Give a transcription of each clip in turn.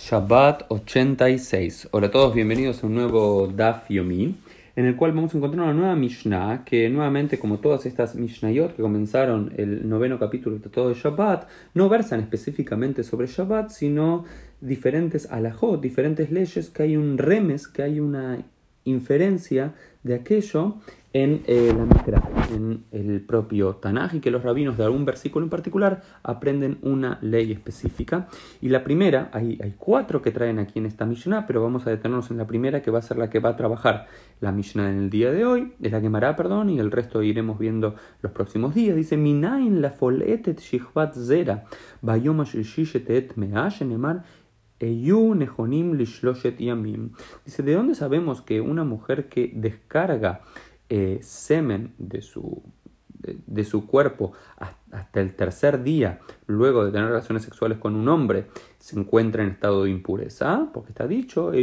Shabbat 86. Hola a todos, bienvenidos a un nuevo Daf Yomi, en el cual vamos a encontrar una nueva Mishnah, que nuevamente, como todas estas Mishnayot que comenzaron el noveno capítulo de todo de Shabbat, no versan específicamente sobre Shabbat, sino diferentes halajot, diferentes leyes, que hay un remes, que hay una inferencia de aquello en la Mikra, en el propio Tanaj, y que los rabinos de algún versículo en particular aprenden una ley específica. Y la primera, hay cuatro que traen aquí en esta Mishnah, pero vamos a detenernos en la primera, que va a ser la que va a trabajar la Mishnah en el día de hoy, de la Gemara, perdón, y el resto iremos viendo los próximos días. Dice, Minain la foletet shihvat zera, bayom ashlishishet et me'ash enemar, dice, ¿de dónde sabemos que una mujer que descarga semen de su cuerpo hasta el tercer día, luego de tener relaciones sexuales con un hombre, se encuentra en estado de impureza? Porque está dicho,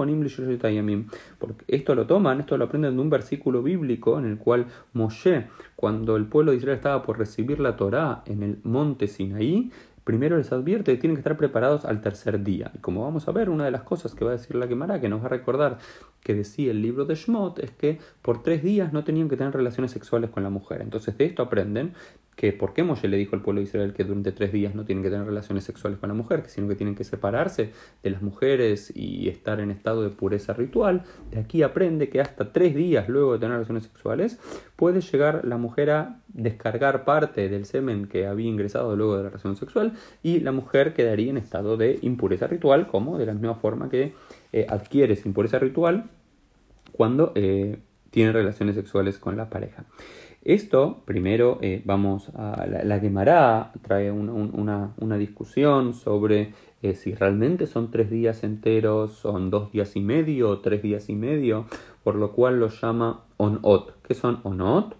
porque esto lo aprenden de un versículo bíblico en el cual Moshe, cuando el pueblo de Israel estaba por recibir la Torá en el monte Sinaí, primero les advierte que tienen que estar preparados al tercer día. Y como vamos a ver, una de las cosas que va a decir la Gemara, que nos va a recordar que decía el libro de Shmot, es que por 3 días no tenían que tener relaciones sexuales con la mujer. Entonces de esto aprenden que por qué Moshe le dijo al pueblo de Israel que durante 3 días no tienen que tener relaciones sexuales con la mujer, sino que tienen que separarse de las mujeres y estar en estado de pureza ritual. De aquí aprende que hasta 3 días luego de tener relaciones sexuales puede llegar la mujer a descargar parte del semen que había ingresado luego de la relación sexual, y la mujer quedaría en estado de impureza ritual, como de la misma forma que adquieres impureza ritual cuando tiene relaciones sexuales con la pareja. Esto, primero, vamos a la Gemara trae una discusión sobre si realmente son 3 días enteros, son 2 días y medio o 3 días y medio, por lo cual lo llama onot. ¿Qué son onot?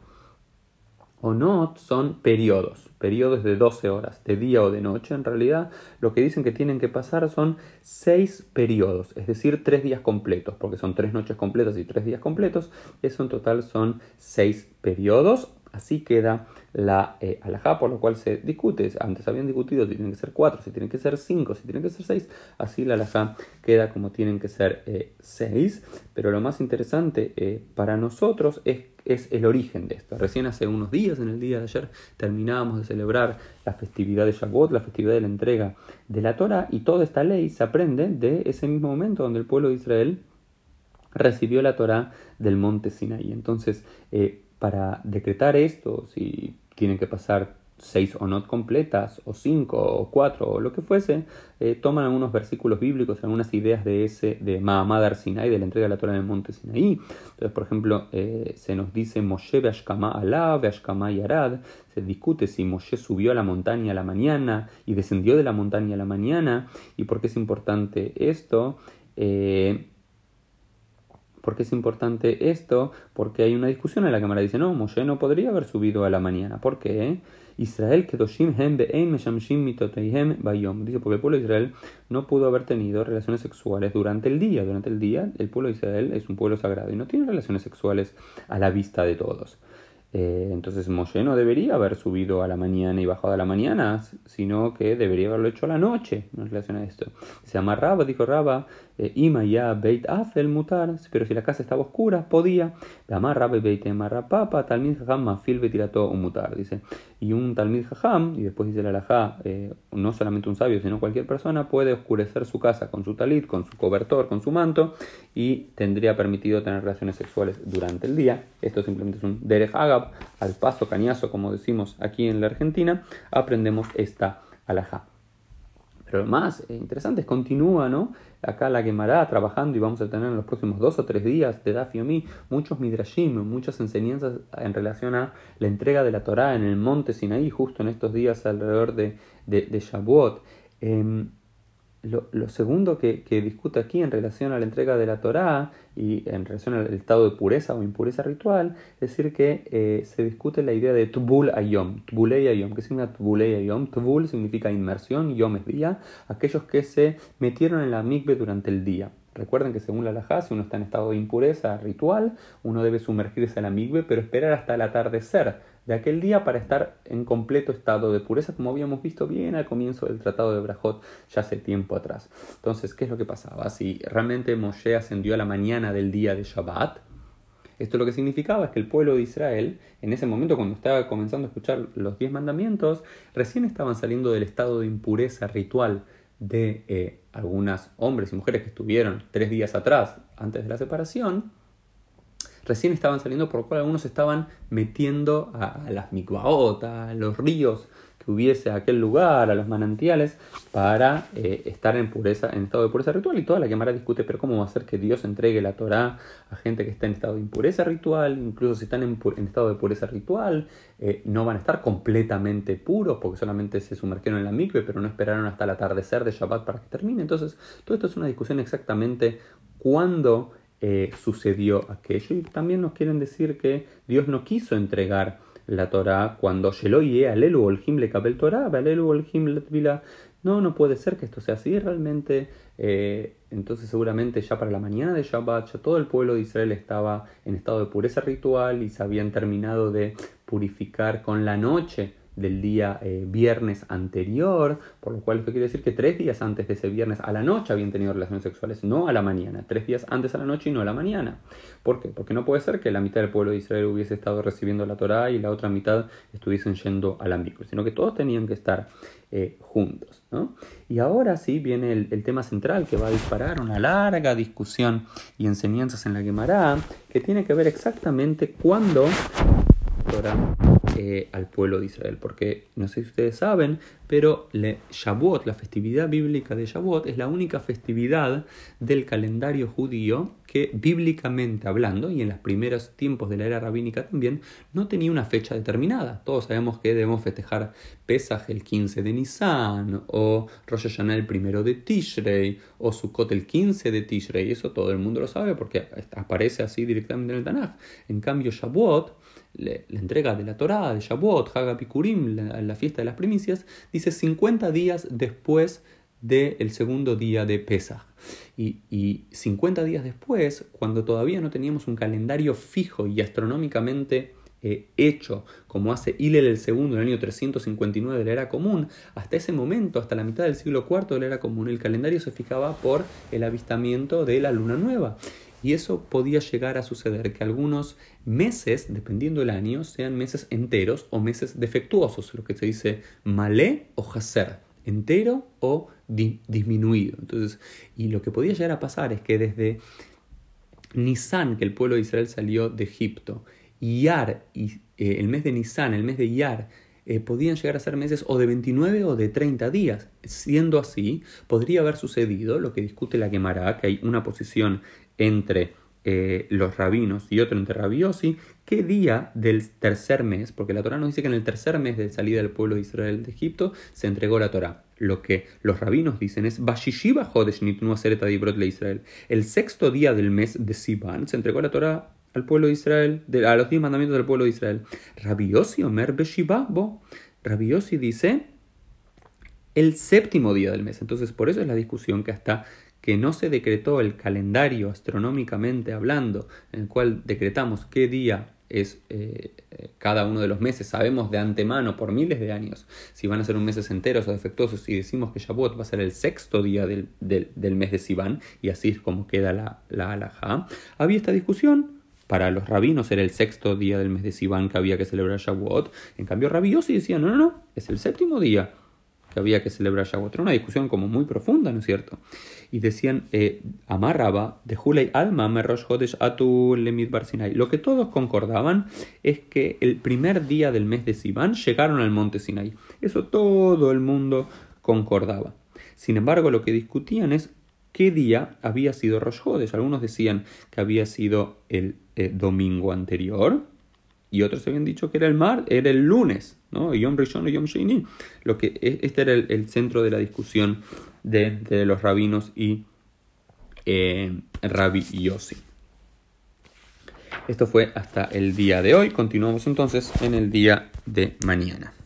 Onot son periodos de 12 horas, de día o de noche. En realidad, lo que dicen que tienen que pasar son 6 periodos, es decir, 3 días completos, porque son 3 noches completas y 3 días completos. Eso en total son 6 periodos. Así queda la halajá, por lo cual se discute. Antes habían discutido si tienen que ser 4, si tienen que ser 5, si tienen que ser 6. Así la halajá queda como tienen que ser 6. Pero lo más interesante para nosotros es el origen de esto. Recién hace unos días, en el día de ayer, terminábamos de celebrar la festividad de Shavuot, la festividad de la entrega de la Torá, y toda esta ley se aprende de ese mismo momento donde el pueblo de Israel recibió la Torá del monte Sinaí. Entonces, para decretar esto, si tienen que pasar 6 onot completas, o 5, o 4, o lo que fuese, toman algunos versículos bíblicos, algunas ideas de Mahamad Ar Sinai, de la entrega de la Torá en el monte Sinaí. Entonces, por ejemplo, se nos dice Moshe ve'ashkama alá, ve'ashkama yarad. Se discute si Moshe subió a la montaña a la mañana y descendió de la montaña a la mañana. ¿Y por qué es importante esto? ¿Por qué es importante esto? Porque hay una discusión en la Cámara. Dice, no, Moshe no podría haber subido a la mañana. ¿Por qué? Israel kedoshim hem be'ein meshamshim mitoteihem bayom. Dice, porque el pueblo de Israel no pudo haber tenido relaciones sexuales durante el día. Durante el día, el pueblo de Israel es un pueblo sagrado y no tiene relaciones sexuales a la vista de todos. Entonces Moshe no debería haber subido a la mañana y bajado a la mañana, sino que debería haberlo hecho a la noche en relación a esto. Se llama Rabba, dijo Rabba, Ima ya beit afel mutar, pero si la casa estaba oscura, podía. Amar Rabba beit emarra papa, talmid jajam mafil betirato un mutar, dice. Y un talmid jajam, y después dice la halajá, no solamente un sabio, sino cualquier persona puede oscurecer su casa con su talit, con su cobertor, con su manto, y tendría permitido tener relaciones sexuales durante el día. Esto simplemente es un derech agab, al paso cañazo, como decimos aquí en la Argentina, aprendemos esta halajá. Pero lo más interesante es continúa, ¿no? Acá la Gemara trabajando, y vamos a tener en los próximos 2 o 3 días de Daf Yomi muchos midrashim, muchas enseñanzas en relación a la entrega de la Torá en el monte Sinaí, justo en estos días alrededor de Shavuot. Lo segundo que discute aquí en relación a la entrega de la Torá y en relación al estado de pureza o impureza ritual, es decir que se discute la idea de Tbul Ayom, Tbulei Ayom. ¿Qué significa Tbulei Ayom? Tbul significa inmersión, Yom es día, aquellos que se metieron en la mikve durante el día. Recuerden que según la halajá, si uno está en estado de impureza ritual, uno debe sumergirse en la mikve, pero esperar hasta el atardecer de aquel día para estar en completo estado de pureza, como habíamos visto bien al comienzo del Tratado de Brajot ya hace tiempo atrás. Entonces, ¿qué es lo que pasaba? Si realmente Moshe ascendió a la mañana del día de Shabbat, esto lo que significaba es que el pueblo de Israel, en ese momento cuando estaba comenzando a escuchar los 10 mandamientos, recién estaban saliendo del estado de impureza ritual de algunos hombres y mujeres que estuvieron 3 días atrás, antes de la separación. Recién estaban saliendo, por lo cual algunos estaban metiendo a las mikvaot, a los ríos que hubiese a aquel lugar, a los manantiales, para estar en pureza, en estado de pureza ritual. Y toda la Gemara discute, pero ¿cómo va a ser que Dios entregue la Torá a gente que está en estado de impureza ritual? Incluso si están en estado de pureza ritual, no van a estar completamente puros, porque solamente se sumergieron en la mikve, pero no esperaron hasta el atardecer de Shabbat para que termine. Entonces, todo esto es una discusión exactamente cuándo sucedió aquello, y también nos quieren decir que Dios no quiso entregar la Torá cuando no puede ser que esto sea así realmente. Entonces seguramente ya para la mañana de Shabbat ya todo el pueblo de Israel estaba en estado de pureza ritual y se habían terminado de purificar con la noche del día viernes anterior, por lo cual esto quiere decir que 3 días antes de ese viernes a la noche habían tenido relaciones sexuales, no a la mañana, 3 días antes a la noche y no a la mañana. ¿Por qué? Porque no puede ser que la mitad del pueblo de Israel hubiese estado recibiendo la Torá y la otra mitad estuviesen yendo a la mikve, sino que todos tenían que estar juntos, ¿no? Y ahora sí viene el tema central que va a disparar una larga discusión y enseñanzas en la Gemara, que tiene que ver exactamente cuándo Torá al pueblo de Israel, porque no sé si ustedes saben, pero Shavuot, la festividad bíblica de Shavuot, es la única festividad del calendario judío que bíblicamente hablando, y en los primeros tiempos de la era rabínica también, no tenía una fecha determinada. Todos sabemos que debemos festejar Pesaj el 15 de Nisan, o Rosh Hashanah el 1 de Tishrei, o Sukkot el 15 de Tishrei. Eso todo el mundo lo sabe porque aparece así directamente en el Tanaj. En cambio, Shavuot, la entrega de la Torá, de Shavuot, Hag HaBikurim, la fiesta de las primicias, dice 50 días después del segundo día de Pesaj. Y 50 días después, cuando todavía no teníamos un calendario fijo y astronómicamente hecho, como hace Hillel el segundo en el año 359 de la era común, hasta ese momento, hasta la mitad del siglo IV de la era común, el calendario se fijaba por el avistamiento de la luna nueva. Y eso podía llegar a suceder, que algunos meses, dependiendo del año, sean meses enteros o meses defectuosos, lo que se dice malé o haser, entero o disminuido. Entonces, y lo que podía llegar a pasar es que desde Nisan, que el pueblo de Israel salió de Egipto, Iyar, el mes de Nisan, el mes de Iyar, podían llegar a ser meses o de 29 o de 30 días. Siendo así, podría haber sucedido lo que discute la Gemara, que hay una posición entre los rabinos y otro entre Rabbi Yossi, qué día del tercer mes, porque la Torá nos dice que en el tercer mes de salida del pueblo de Israel de Egipto se entregó la Torá. Lo que los rabinos dicen es Bashishiva Jodesh Nitnu Aseret Adibrot le Israel. El sexto día del mes de Sivan se entregó la Torá al pueblo de Israel, a los 10 mandamientos del pueblo de Israel. Rabbi Yossi Omer Beshiva Bo. Rabbi Yossi dice el séptimo día del mes. Entonces, por eso es la discusión que hasta que no se decretó el calendario astronómicamente hablando, en el cual decretamos qué día es cada uno de los meses, sabemos de antemano por miles de años si van a ser meses enteros o defectuosos, y decimos que Shavuot va a ser el sexto día del mes de Sivan, y así es como queda la halajá. Había esta discusión. Para los rabinos era el sexto día del mes de Sivan que había que celebrar Shavuot. En cambio, Rabbi Yossi decía, no, es el séptimo día que había que celebrar Shavuot. Era una discusión como muy profunda, ¿no es cierto? Y decían, Amar Rabba, de Hulei Alma, Merosh Hodesh Atu Lemidbar Sinai. Lo que todos concordaban es que el primer día del mes de Sivan llegaron al monte Sinai. Eso todo el mundo concordaba. Sin embargo, lo que discutían es qué día había sido Rosh Hodesh. Algunos decían que había sido el domingo anterior, y otros habían dicho que era el lunes, ¿no? Yom Rishon o Yom Sheini. Este era el centro de la discusión de los rabinos y Rabbi Yossi. Esto fue hasta el día de hoy. Continuamos entonces en el día de mañana.